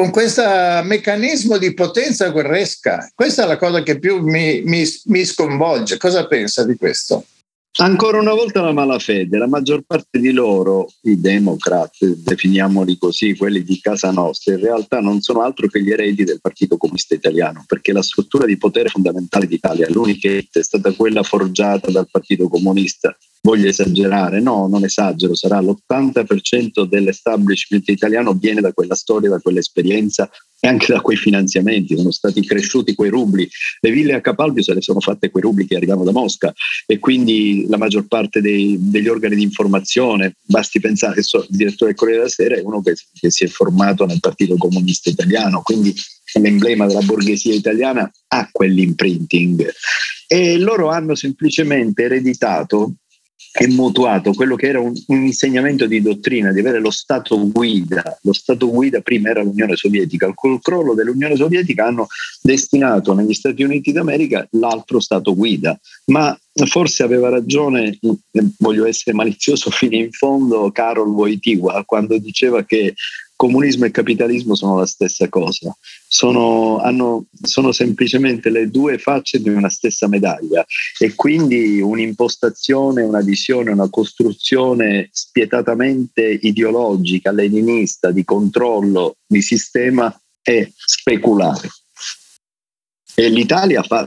meccanismo di potenza guerresca. Questa è la cosa che più mi sconvolge. Cosa pensa di questo? Ancora una volta la malafede. La maggior parte di loro, i Democrat, definiamoli così, quelli di casa nostra, in realtà non sono altro che gli eredi del Partito Comunista Italiano, perché la struttura di potere fondamentale d'Italia, l'unica è stata quella forgiata dal Partito Comunista. Voglio esagerare? No, non esagero, sarà l'80% dell'establishment italiano viene da quella storia, da quell'esperienza e anche da quei finanziamenti. Sono stati cresciuti quei rubli. Le ville a Capalbio se le sono fatte quei rubli che arrivavano da Mosca, e quindi la maggior parte degli organi di informazione, basti pensare che il direttore del Corriere della Sera è uno che si è formato nel Partito Comunista Italiano, quindi l'emblema della borghesia italiana ha quell'imprinting, e loro hanno semplicemente ereditato e mutuato quello che era un insegnamento di dottrina, di avere lo Stato guida. Lo Stato guida prima era l'Unione Sovietica. Col crollo dell'Unione Sovietica hanno destinato negli Stati Uniti d'America l'altro Stato guida, ma forse aveva ragione, voglio essere malizioso fino in fondo, Karol Wojtyła quando diceva che comunismo e capitalismo sono la stessa cosa, sono semplicemente le 2 facce di una stessa medaglia, e quindi un'impostazione, una visione, una costruzione spietatamente ideologica, leninista, di controllo, di sistema, è speculare. E l'Italia fa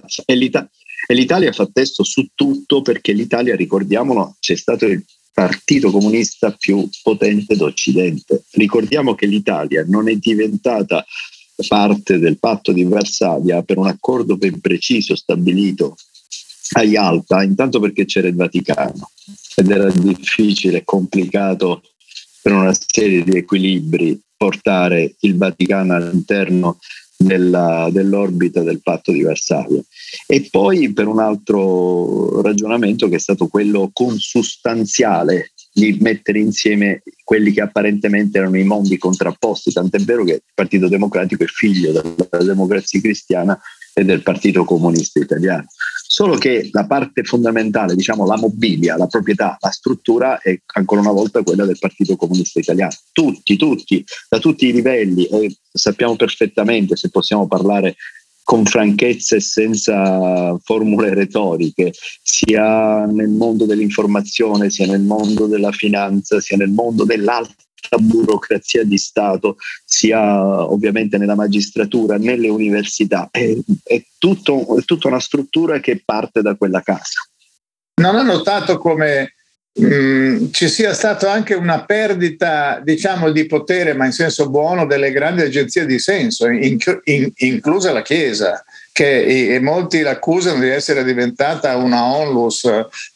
testo su tutto, perché l'Italia, ricordiamolo, c'è stato il partito comunista più potente d'Occidente. Ricordiamo che l'Italia non è diventata parte del patto di Varsavia per un accordo ben preciso stabilito a Yalta, intanto perché c'era il Vaticano ed era difficile e complicato per una serie di equilibri portare il Vaticano all'interno dell'orbita del patto di Varsavia, e poi per un altro ragionamento che è stato quello consustanziale di mettere insieme quelli che apparentemente erano i mondi contrapposti, tant'è vero che il Partito Democratico è figlio della Democrazia Cristiana e del Partito Comunista Italiano, solo che la parte fondamentale, diciamo la mobilia, la proprietà, la struttura è ancora una volta quella del Partito Comunista Italiano. Tutti, da tutti i livelli, e sappiamo perfettamente, se possiamo parlare con franchezza e senza formule retoriche, sia nel mondo dell'informazione, sia nel mondo della finanza, sia nel mondo dell'alta burocrazia di Stato, sia ovviamente nella magistratura, nelle università. È tutta una struttura che parte da quella casa. Non ho notato come ci sia stata anche una perdita, diciamo, di potere, ma in senso buono, delle grandi agenzie di senso, inclusa la Chiesa, che molti l'accusano di essere diventata una onlus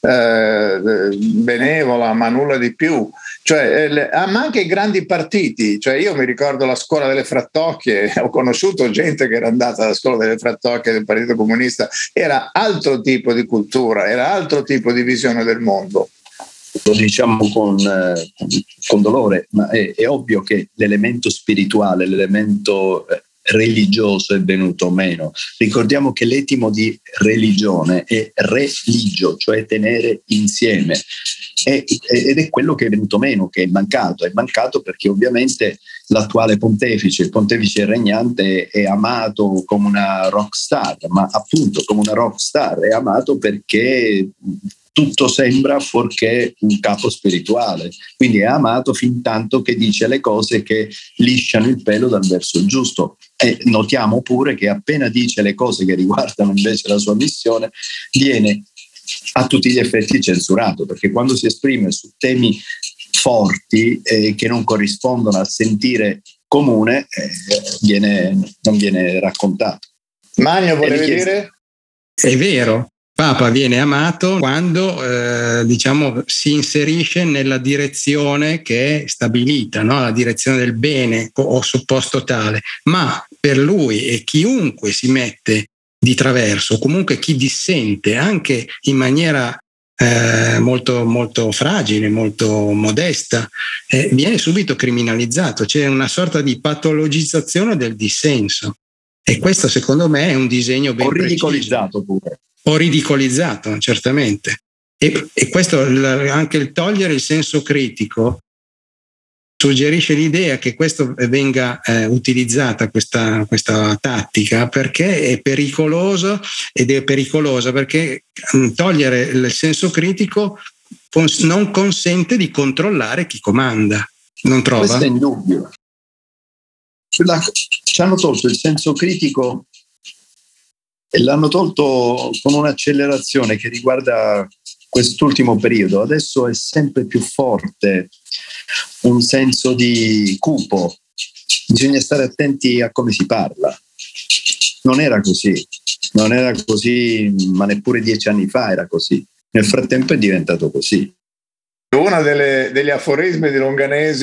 benevola, ma nulla di più. Cioè, ma anche i grandi partiti, cioè io mi ricordo la scuola delle Frattocchie, ho conosciuto gente che era andata alla scuola delle Frattocchie del Partito Comunista, era altro tipo di cultura, era altro tipo di visione del mondo. Lo diciamo con dolore, ma è ovvio che l'elemento spirituale, l'elemento religioso è venuto meno. Ricordiamo che l'etimo di religione è religio, cioè tenere insieme, ed è quello che è venuto meno, che è mancato perché ovviamente l'attuale pontefice, il pontefice regnante, è amato come una rock star, ma appunto come una rock star è amato perché tutto sembra fuorché un capo spirituale, quindi è amato fin tanto che dice le cose che lisciano il pelo dal verso giusto. E notiamo pure che appena dice le cose che riguardano invece la sua missione, viene a tutti gli effetti censurato, perché quando si esprime su temi forti che non corrispondono al sentire comune, non viene raccontato. Magno, volevi dire? È vero. Papa viene amato quando si inserisce nella direzione che è stabilita, no? La direzione del bene o supposto tale, ma per lui e chiunque si mette di traverso, comunque chi dissente anche in maniera molto, molto fragile, molto modesta, viene subito criminalizzato. C'è una sorta di patologizzazione del dissenso, e questo secondo me è un disegno ben ridicolizzato pure. O ridicolizzato, certamente. E questo, anche il togliere il senso critico, suggerisce l'idea che questo venga utilizzata, questa tattica, perché è pericoloso, ed è pericolosa perché togliere il senso critico non consente di controllare chi comanda. Non trova? Questo è indubbio. Ci hanno tolto il senso critico e l'hanno tolto con un'accelerazione che riguarda quest'ultimo periodo. Adesso è sempre più forte un senso di cupo. Bisogna stare attenti a come si parla. Non era così, ma neppure 10 anni fa era così. Nel frattempo è diventato così. Uno degli aforismi di Longanesi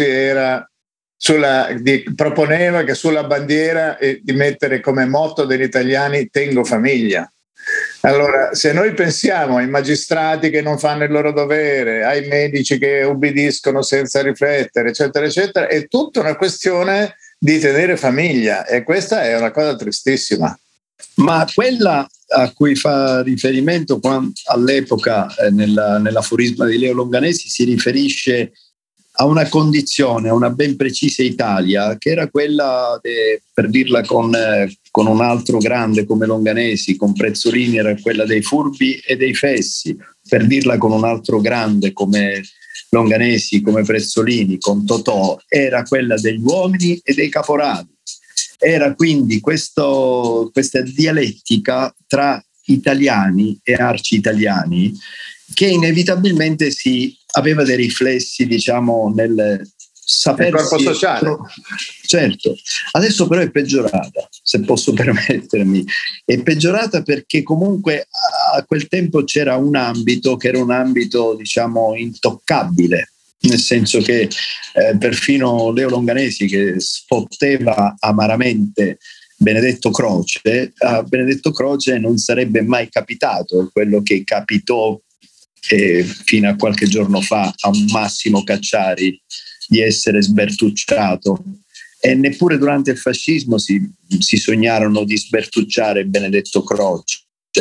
proponeva che sulla bandiera di mettere come motto degli italiani "tengo famiglia". Allora, se noi pensiamo ai magistrati che non fanno il loro dovere, ai medici che ubbidiscono senza riflettere, eccetera, eccetera, è tutta una questione di tenere famiglia, e questa è una cosa tristissima. Ma quella a cui fa riferimento all'epoca nell'aforisma di Leo Longanesi si riferisce a una condizione, a una ben precisa Italia, che era quella, per dirla con un altro grande come Longanesi, con Prezzolini, era quella dei furbi e dei fessi. Per dirla con un altro grande come Longanesi, come Prezzolini, con Totò, era quella degli uomini e dei caporali. Era quindi questa dialettica tra italiani e arci-italiani che inevitabilmente aveva dei riflessi, diciamo, nel sapersi. Il corpo sociale. Certo, adesso però è peggiorata, se posso permettermi. È peggiorata perché comunque a quel tempo c'era un ambito che era un ambito, diciamo, intoccabile. Nel senso che perfino Leo Longanesi, che sfotteva amaramente Benedetto Croce, a Benedetto Croce non sarebbe mai capitato quello che capitò fino a qualche giorno fa a un Massimo Cacciari, di essere sbertucciato, e neppure durante il fascismo si sognarono di sbertucciare Benedetto Croce.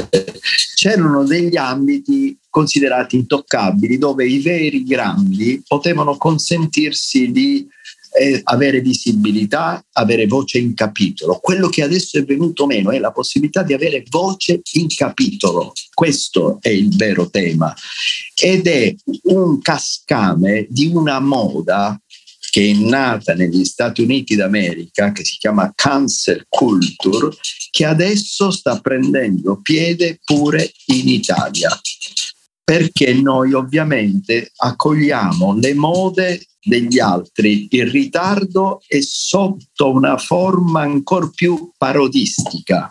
C'erano degli ambiti considerati intoccabili dove i veri grandi potevano consentirsi di avere visibilità, avere voce in capitolo. Quello che adesso è venuto meno è la possibilità di avere voce in capitolo. Questo è il vero tema, ed è un cascame di una moda che è nata negli Stati Uniti d'America, che si chiama cancel culture, che adesso sta prendendo piede pure in Italia, perché noi ovviamente accogliamo le mode degli altri in ritardo e sotto una forma ancora più parodistica.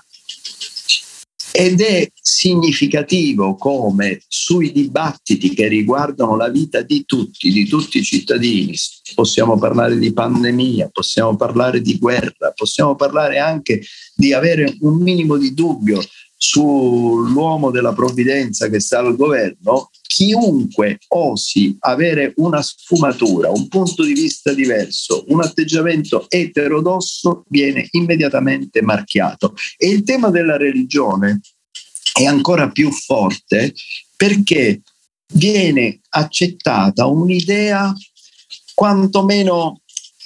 Ed è significativo come sui dibattiti che riguardano la vita di tutti i cittadini, possiamo parlare di pandemia, possiamo parlare di guerra, possiamo parlare anche di avere un minimo di dubbio sull'uomo della provvidenza che sta al governo, chiunque osi avere una sfumatura, un punto di vista diverso, un atteggiamento eterodosso viene immediatamente marchiato. E il tema della religione è ancora più forte perché viene accettata un'idea quantomeno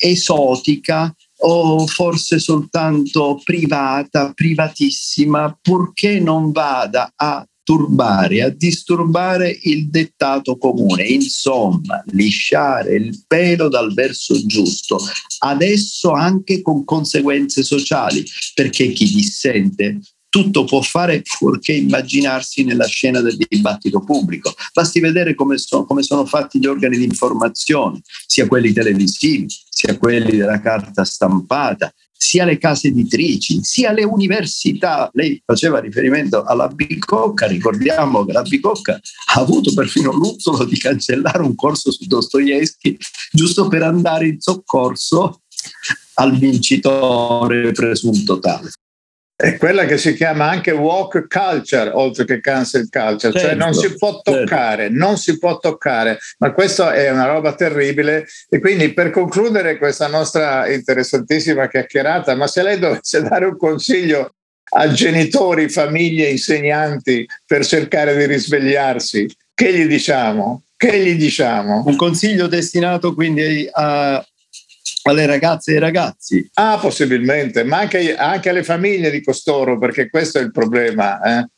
esotica o forse soltanto privata, privatissima, purché non vada a turbare, a disturbare il dettato comune. Insomma, lisciare il pelo dal verso giusto, adesso anche con conseguenze sociali, perché chi dissente tutto può fare fuorché immaginarsi nella scena del dibattito pubblico. Basti vedere come sono fatti gli organi di informazione, sia quelli televisivi, sia quelli della carta stampata, sia le case editrici, sia le università. Lei faceva riferimento alla Bicocca, ricordiamo che la Bicocca ha avuto perfino l'uzzolo di cancellare un corso su Dostoevskij giusto per andare in soccorso al vincitore presunto tale. È quella che si chiama anche woke culture, oltre che cancel culture, certo, cioè non si può toccare, certo. Non si può toccare, ma questo è una roba terribile. E quindi, per concludere questa nostra interessantissima chiacchierata, ma se lei dovesse dare un consiglio a genitori, famiglie, insegnanti per cercare di risvegliarsi, che gli diciamo? Che gli diciamo? Un consiglio destinato quindi alle ragazze e ai ragazzi? Possibilmente, ma anche alle famiglie di costoro, perché questo è il problema.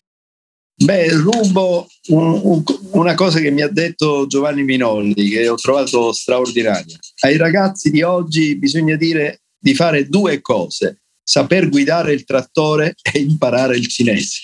Rubo una cosa che mi ha detto Giovanni Minolli, che ho trovato straordinaria. Ai ragazzi di oggi bisogna dire di fare due cose: saper guidare il trattore e imparare il cinese.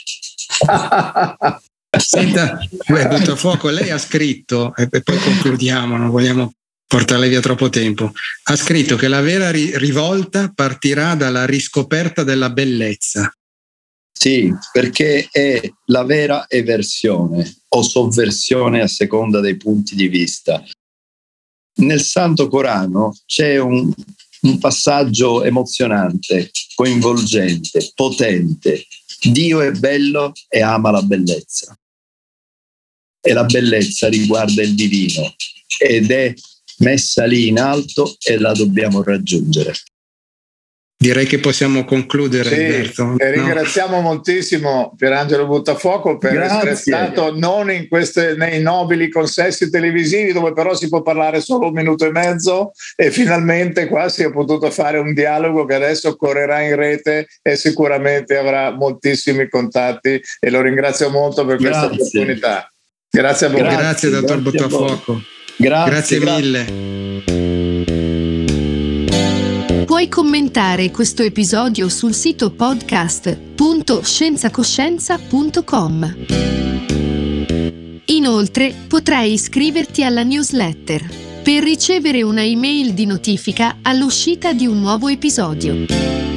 Senta, Buttafuoco, lei ha scritto, e poi concludiamo, non vogliamo portarle via troppo tempo, ha scritto che la vera rivolta partirà dalla riscoperta della bellezza. Sì, perché è la vera eversione o sovversione a seconda dei punti di vista. Nel Santo Corano c'è un passaggio emozionante, coinvolgente, potente. Dio è bello e ama la bellezza. E la bellezza riguarda il divino ed è messa lì in alto e la dobbiamo raggiungere. Direi che possiamo concludere, sì, Alberto. E ringraziamo moltissimo Pierangelo Buttafuoco per essere stato non nei nobili consessi televisivi, dove però si può parlare solo 1 minuto e mezzo, e finalmente qua si è potuto fare un dialogo che adesso correrà in rete e sicuramente avrà moltissimi contatti, e lo ringrazio molto per questa opportunità. Grazie a voi. Grazie dottor Buttafuoco. Grazie mille. Puoi commentare questo episodio sul sito podcast.scienzacoscienza.com. Inoltre potrai iscriverti alla newsletter per ricevere una email di notifica all'uscita di un nuovo episodio.